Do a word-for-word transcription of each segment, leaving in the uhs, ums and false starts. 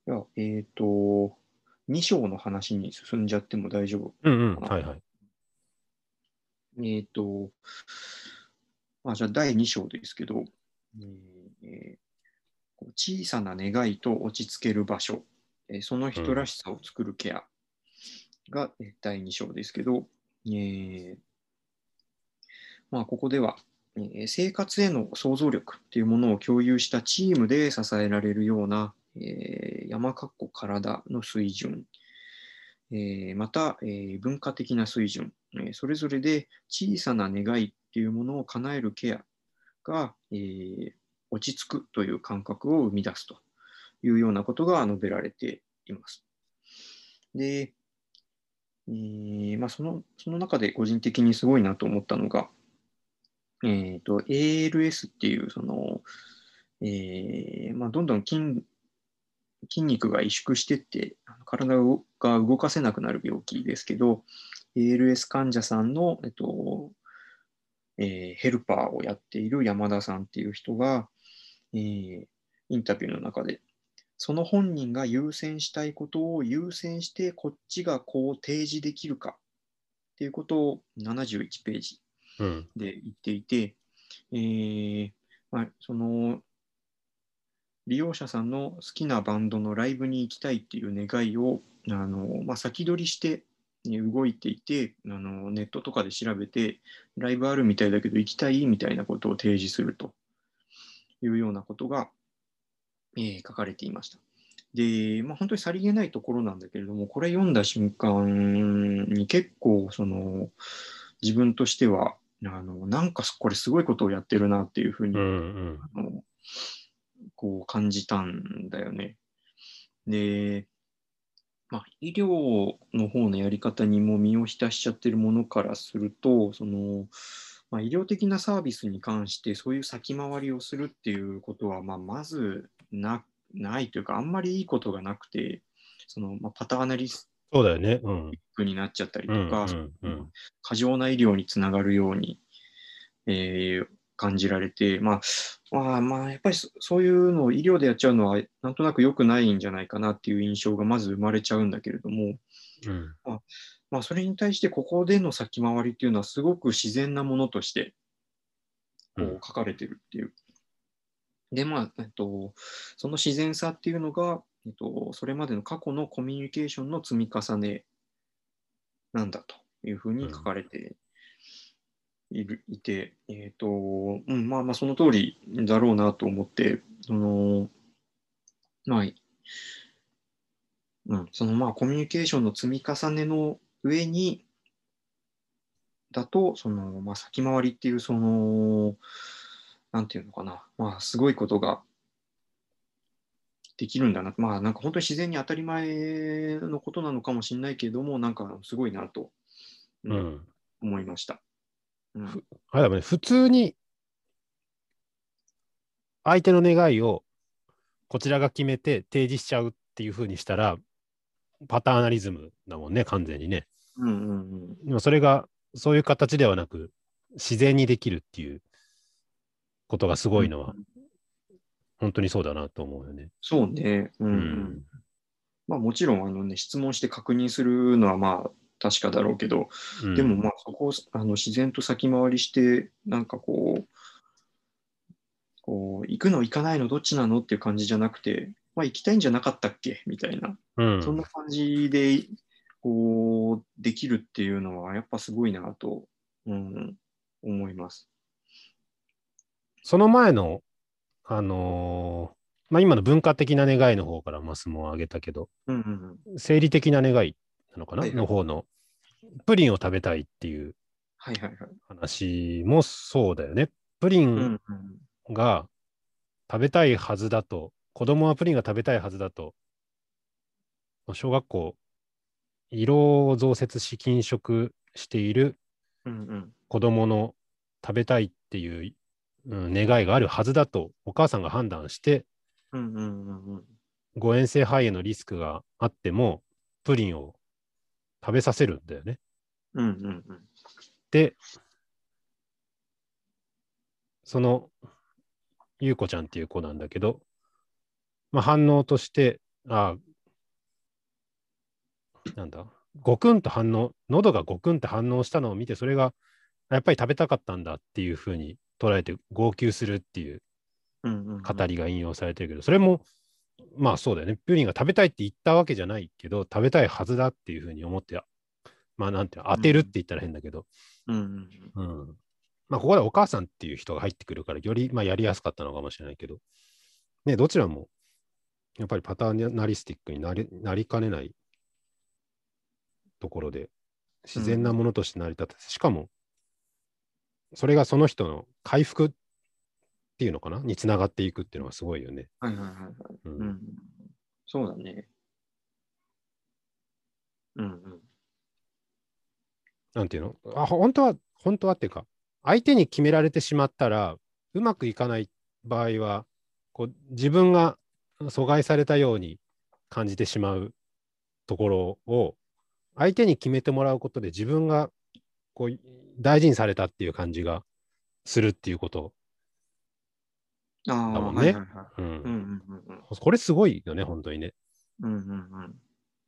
いや、えっと、に章の話に進んじゃっても大丈夫うんうん。 かな。 はいはい。 えっと、まあ、じゃあだいに章ですけど、えー小さな願いと落ち着ける場所、えーそのうん。 人らしさを作るケアがえーだいに章ですけど、えーまあ、ここでは、えー生活への想像力っていうものを共有したチームで支えられるような、えー山かっこ体の水準、えーまた、えー文化的な水準、えーそれぞれで小さな願いっていうものを叶えるケアが、えー落ち着くという感覚を生み出すというようなことが述べられています。で、えーまあ、そのその中で個人的にすごいなと思ったのが、えーと、エーエルエス っていうその、えーまあ、どんどん筋筋肉が萎縮していって体が動かせなくなる病気ですけど、 エーエルエス 患者さんの、えっとえーヘルパーをやっている山田さんっていう人が、えーインタビューの中で、その本人が優先したいことを優先してこっちがこう提示できるかっていうことをななじゅういちページうん。 で言っていて、えーまあ、その利用者さんの好きなバンドのライブに行きたいっていう願いをあの、まあ、先取りして動いていて、あのネットとかで調べてライブあるみたいだけど行きたいみたいなことを提示するというようなことが、えー書かれていました。で、まあ、本当にさりげないところなんだけれども、これ読んだ瞬間に結構その自分としてはあのなんかこれすごいことをやってるなっていうふううんにうん。 あのこう感じたんだよね。で、まあ、医療の方のやり方にも身を浸しちゃってるものからすると、その、まあ、医療的なサービスに関してそういう先回りをするっていうことは、まあ、まずな、ないというか、あんまりいいことがなくて、その、まあ、パターナリスそうだよね。うん。 ティックになっちゃったりうんとか、 うんうん。 過剰な医療につながるように、えー感じられて、まあ、まあ、まあ、やっぱりそそういうのを医療でやっちゃうのは、なんとなく良くないんじゃないかなっていう印象がまず生まれちゃうんだけれども、 うん。 まあ、まあ、それに対してここでの先回りっていうのはすごく自然なものとしてうん。 こう書かれてるっていう。で、まあ、えっと、その自然さっていうのが、えっと、それまでの過去のコミュニケーションの積み重ねなんだというふうに書うん。 かれているいて、えっと、うん、まあまあその通りだろうなと思って、その、まあ、うん、そのまあコミュニケーションの積み重ねの上に、だと、その、まあ、先回りっていう、その、なんていうのかな、まあ、すごいことができるんだな。まあ、なんか本当に自然に当たり前のことなのかもしれないけれども、なんかすごいなと、うん、 うん。 思いました。うん。 ふあれだもんね、普通に相手の願いをこちらが決めて提示しちゃうっていう風にしたら、パターナリズムだもんね、完全にね。 うんうんうん。 でもそれがそういう形ではなく、自然にできるっていうことがすうん、 ごいのは、本当にそうだなと思うよね。 そうね。うんうん。 うん。 まあ、もちろん、あのね、質問して確認するのは、まあ、確かだろうけど、でも、 うん。 まあ、そこをあの自然と先回りして、なんかこう、こう、行くの行かないのどっちなのっていう感じじゃなくて、まあ行きたいんじゃなかったっけみたいな、 うん。 そんな感じで、こう、できるっていうのは、やっぱすごいなと、うん、思います。 その前の、あのーまあ、今の文化的な願いの方からマスも挙げたけど、 うんうんうん。 生理的な願いなのかなはいはい。 の方の、プリンを食べたいっていうはいはいはい。 話もそうだよね。プリンうんうんが食べたいはずだと、子供はプリンが食べたいはずだと、小学校、色を増設し禁食しているうんうん子供の食べたいっていう、うん、願いがあるはずだと、お母さんが判断して、 うんうんうんうん誤嚥性肺炎のリスクがあっても、プリンを食べさせるんだよね。 うんうんうん。 で、その、ゆうこちゃんっていう子なんだけど、まあ、反応として、 あ、なんだ、ゴクンと反応、喉がゴクンと反応したのを見て、それがやっぱり食べたかったんだっていうふうに捉えて号泣するっていううんうんうん。 語りが引用されてるけど、それも、まあそうだよね。プリンが食べたいって言ったわけじゃないけど、食べたいはずだっていうふうに思って、まあなんていうの、当てるって言ったら変だけど、 うんうんうん。まあここでお母さんっていう人が入ってくるから、よりまあやりやすかったのかもしれないけど、ね、どちらもやっぱりパターナリスティックになりなりかねないところで、自然なものとして成り立って、しかも、それがその人の回復っていうのかなにつながっていくっていうのはすごいよね。 はいはいはいはい。 うん。 うん。そうだね。うんうん。 なんていうのあ、本当は、本当はっていうか、相手に決められてしまったら、うまくいかない場合は、こう自分が阻害されたように感じてしまうところを、相手に決めてもらうことで自分がこう大事にされたっていう感じがするっていうことああ、 だもんね。 はいはいはい。 うん。 うんうんうんうん。 これすごいよね、本当にね。 うんうんうん。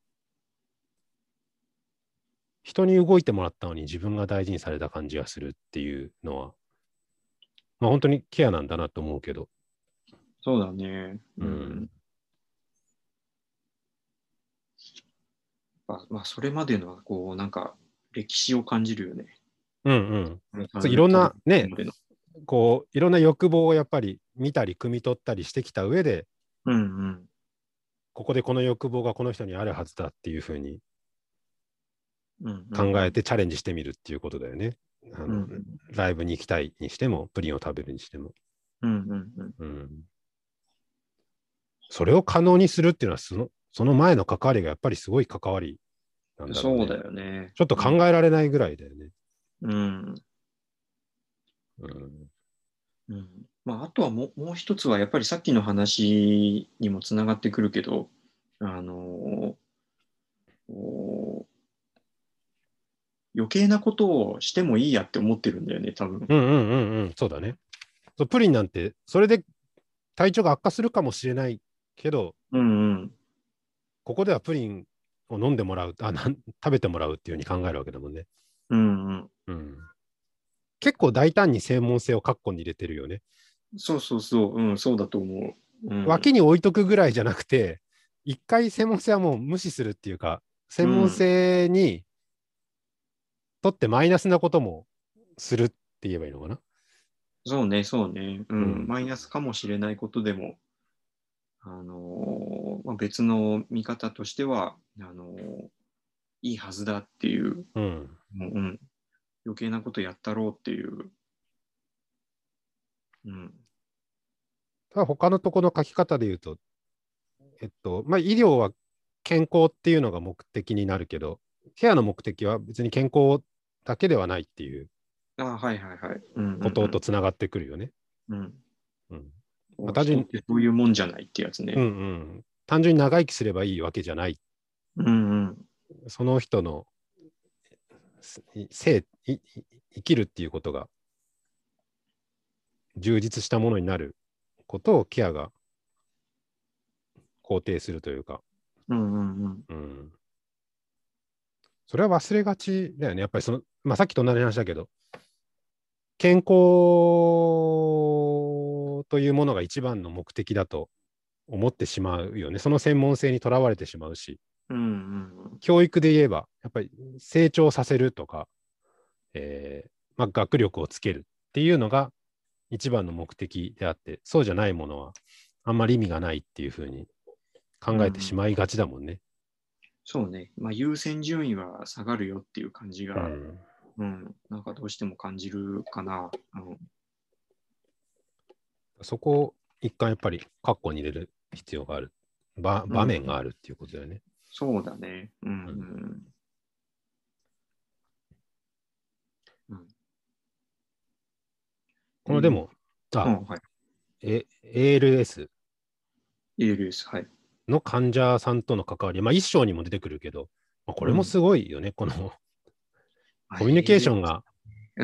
人に動いてもらったのに自分が大事にされた感じがするっていうのは、まあ本当にケアなんだなと思うけど。 そうだね。 うん。 うん。まあ、まあ、それまでの、こう、なんか、歴史を感じるよね。 うんうん。そういろん食べ食べなね、 までの。 こう、いろんな欲望をやっぱり見たり、汲み取ったりしてきた上で、 うんうん。 ここでこの欲望がこの人にあるはずだっていうふうにうんう考んうん。 えてチャレンジしてみるっていうことだよね。あの、 うんうんライブに行きたいにしても、プリンを食べるにしても。 うんうんうん。 うん。それを可能にするっていうのはその、その前の関わりがやっぱりすごい関わりなんだろうね。 そうだよね。 ちょっと考うん。 えられないぐらいだよね。 うん。 うん。 うん。まあ、あとはもう、もう一つは、やっぱりさっきの話にもつながってくるけど、あのこう余計なことをしてもいいやって思ってるんだよね、多分。 うんうんうんうん。そうだね。そうプリンなんて、それで体調が悪化するかもしれないけど、 うんうん。 ここではプリンを飲んでもらう、あ、なん食べてもらうっていうふうに考えるわけだもんね。 うんうん。 うん。結構大胆に専門性を括弧に入れてるよね。 そうそうそう。うん、そうだと思う。うん。 脇に置いとくぐらいじゃなくて、一回専門性はもう無視するっていうか、専門うん。 性にとってマイナスなこともするって言えばいいのかな。 そうね、そうね。うん。 うん。 マイナスかもしれないことでも、あのーまあ、別の見方としては、あのーいいはずだっていう、 うん。 もううん、余計なことやったろうっていう。うん。 ただ他のところの書き方で言うと、えっと、まあ、医療は健康っていうのが目的になるけど、ケアの目的は別に健康だけではないっていうあ、はいはいはい。うんうこととんつながってくるよね。 うん。うん。 うん。まあ、 こう単純に、 人ってそういうもんじゃないってやつね。 うんうん。単純に長生きすればいいわけじゃない。 うんうん。 その人の生、生きるっていうことが充実したものになることをケアが肯定するというか、 うんうんうん。 うん。それは忘れがちだよね。やっぱりその、まあ、さっきと同じ話だけど、健康というものが一番の目的だと思ってしまうよね。その専門性にとらわれてしまうし、 うんうんうん。 教育で言えば、やっぱり成長させるとか、えーまあ、学力をつけるっていうのが一番の目的であって、そうじゃないものはあんまり意味がないっていうふうに考えてしうんうん。 まいがちだもんね。 そうね。まあ、優先順位は下がるよっていう感じが、 うん、 うん、なんかどうしても感じるかな。うん、 そこを一回やっぱり括弧に入れる必要がある。場場うん、 面があるっていうことだよね。 そうだね。うん、 うん、 うん、うん。えー、 このでも、あ、 うん、はい。 え エーエルエスエーエルエス、はい。 の患者さんとの関わり、まあ一章にも出てくるけど、まあ、こうん。 れもすごいよね。このあ、 コミュニケーションエーエルエス、 が、 うん、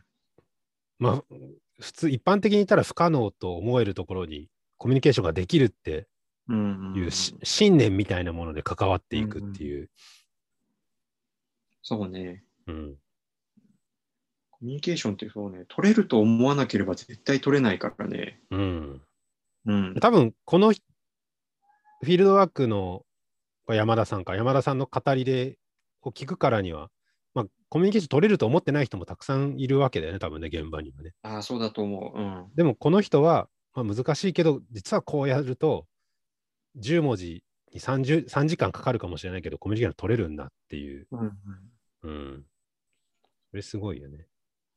まあ普通、一般的に言ったら不可能と思えるところにコミュニケーションができるって、 うんうん、 いうし信念みたいなもので関わっていくっていう。うんうん、 そうね。 うん。 コミュニケーションってそうね、取れると思わなければ絶対取れないからね。 うん。 うん。 多分、このフィールドワークの山田さんか、山田さんの語りでこう聞くからには、まあ、コミュニケーション取れると思ってない人もたくさんいるわけだよね、多分ね、現場にはね。 ああ、そうだと思う。うん。 でも、この人は、まあ、難しいけど、実はこうやると、じゅう文字にさんじゅう、さんじかんかかるかもしれないけど、コミュニケーション取れるんだっていう。 うんうん、 うん。それすごいよね。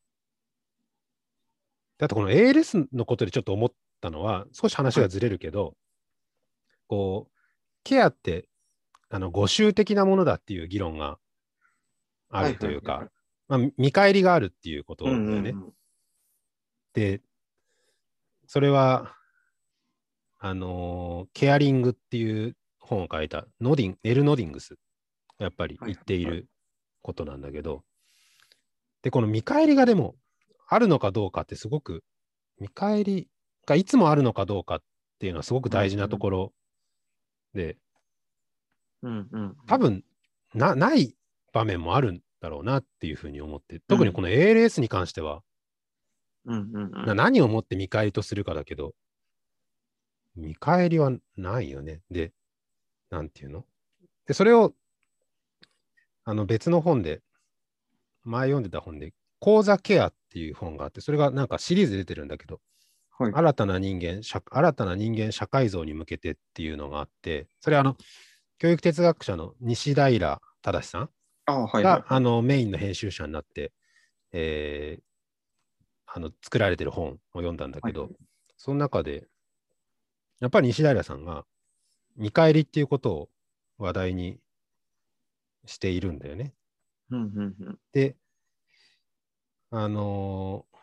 であと、この エーエルエス のことでちょっと思ったのは、少し話はい。 がずれるけど、こう、ケアって、あの、互習的なものだっていう議論があはいるというか、 はいはいはい。 まあ、見返りがあるっていうこうんとだよね。 うんで、それは、あのーケアリングっていう本を書いたノディン、ネル・ノディングスがやっぱりはい言っていはいはい。 ることなんだけど、で、この見返りがでもあるのかどうかってすごく、見返りがいつもあるのかどうかっていうのはすごく大事なところで、 うんうん多分な、ない場面もあるんだろうなっていうふうに思って、 うんうん特にこの エーエルエス に関しては、 うんうんうなん何をもって見返りとするかだけど、見返りはないよね。で、なんていうので、それをあの別の本で、前読んでた本で、講座ケアっていう本があって、それがなんかシリーズ出てるんだけど、 はい新たな人間、社新たな人間社会像に向けてっていうのがあって、それはあの、教育哲学者の西平正さんああはいはいがはいあのメインの編集者になって、えーあの作られてる本を読んだんだはいけど、その中で、やっぱり西平さんが見返りっていうことを話題にしているんだよね。 うんうんうんで、あのー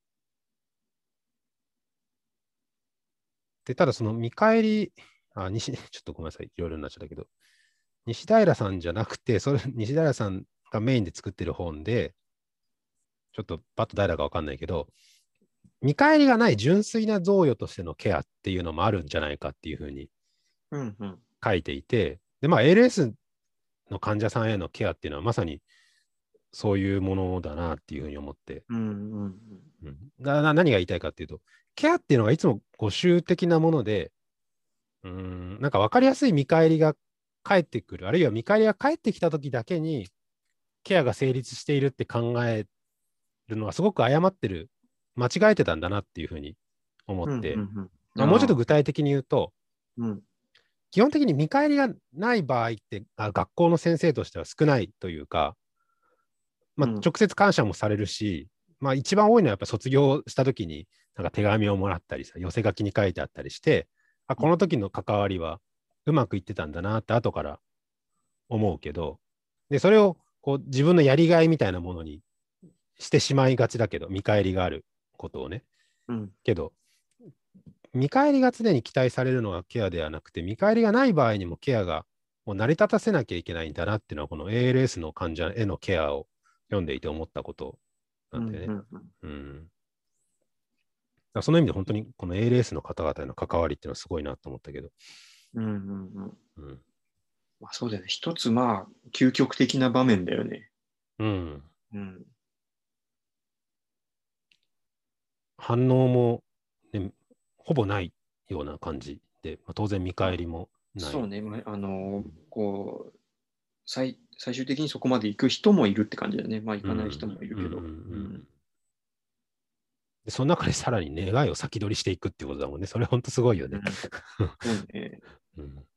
で、ただその見返り、あ、西、ちょっとごめんなさい、いろいろになっちゃったけど、西平さんじゃなくて、それ、西平さんがメインで作ってる本で、ちょっとパッと誰だかわかんないけど、見返りがない純粋な贈与としてのケアっていうのもあるんじゃないかっていうふうにうんうん書いていて、で、まあ、エーエルエス の患者さんへのケアっていうのはまさにそういうものだなっていうふうに思って、 うんうんうん、だな何が言いたいかっていうと、ケアっていうのがいつも互習的なもので、うーん、なんか分かりやすい見返りが返ってくる、あるいは見返りが返ってきたときだけに、ケアが成立しているって考えるのはすごく誤ってる、間違えてたんだなっていうふうに思っうんうて、 んうんまあ、もうちょっとああ具体的に言うと、 うん基本的に見返りがない場合ってあ学校の先生としては少ないというか、まあ、 うん直接感謝もされるし、まあ、一番多いのはやっぱ卒業したときになんか手紙をもらったりさ、寄せ書きに書いてあったりして、あこの時の関わりはうまくいってたんだなって後から思うけど、でそれをこう自分のやりがいみたいなものにしてしまいがちだけど、見返りがあることをね。 うんけど、見返りが常に期待されるのがケアではなくて、見返りがない場合にもケアがもう成り立たせなきゃいけないんだなっていうのは、この エーエルエス の患者へのケアを読んでいて思ったことうなんだよね。 んうんうん。だからその意味で本当にこの エーエルエス の方々への関わりっていうのはすごいなと思ったけど。 うんうんうんうん。 まあそうだよね。一つまあ究極的な場面だよね。 うん。 うん反応も、ね、ほぼないような感じで、まあ、当然見まあ返りもない。 そうね。まあ、あのこう最最終的にそこまで行く人もいるって感じだよね。まあ行うん。 かない人もいるけど。 うんうんううん、 ん。で、その中でさらに願いを先取りしていくっていうことだもんね。それ本当すごいよね。 うん、そうね。 うん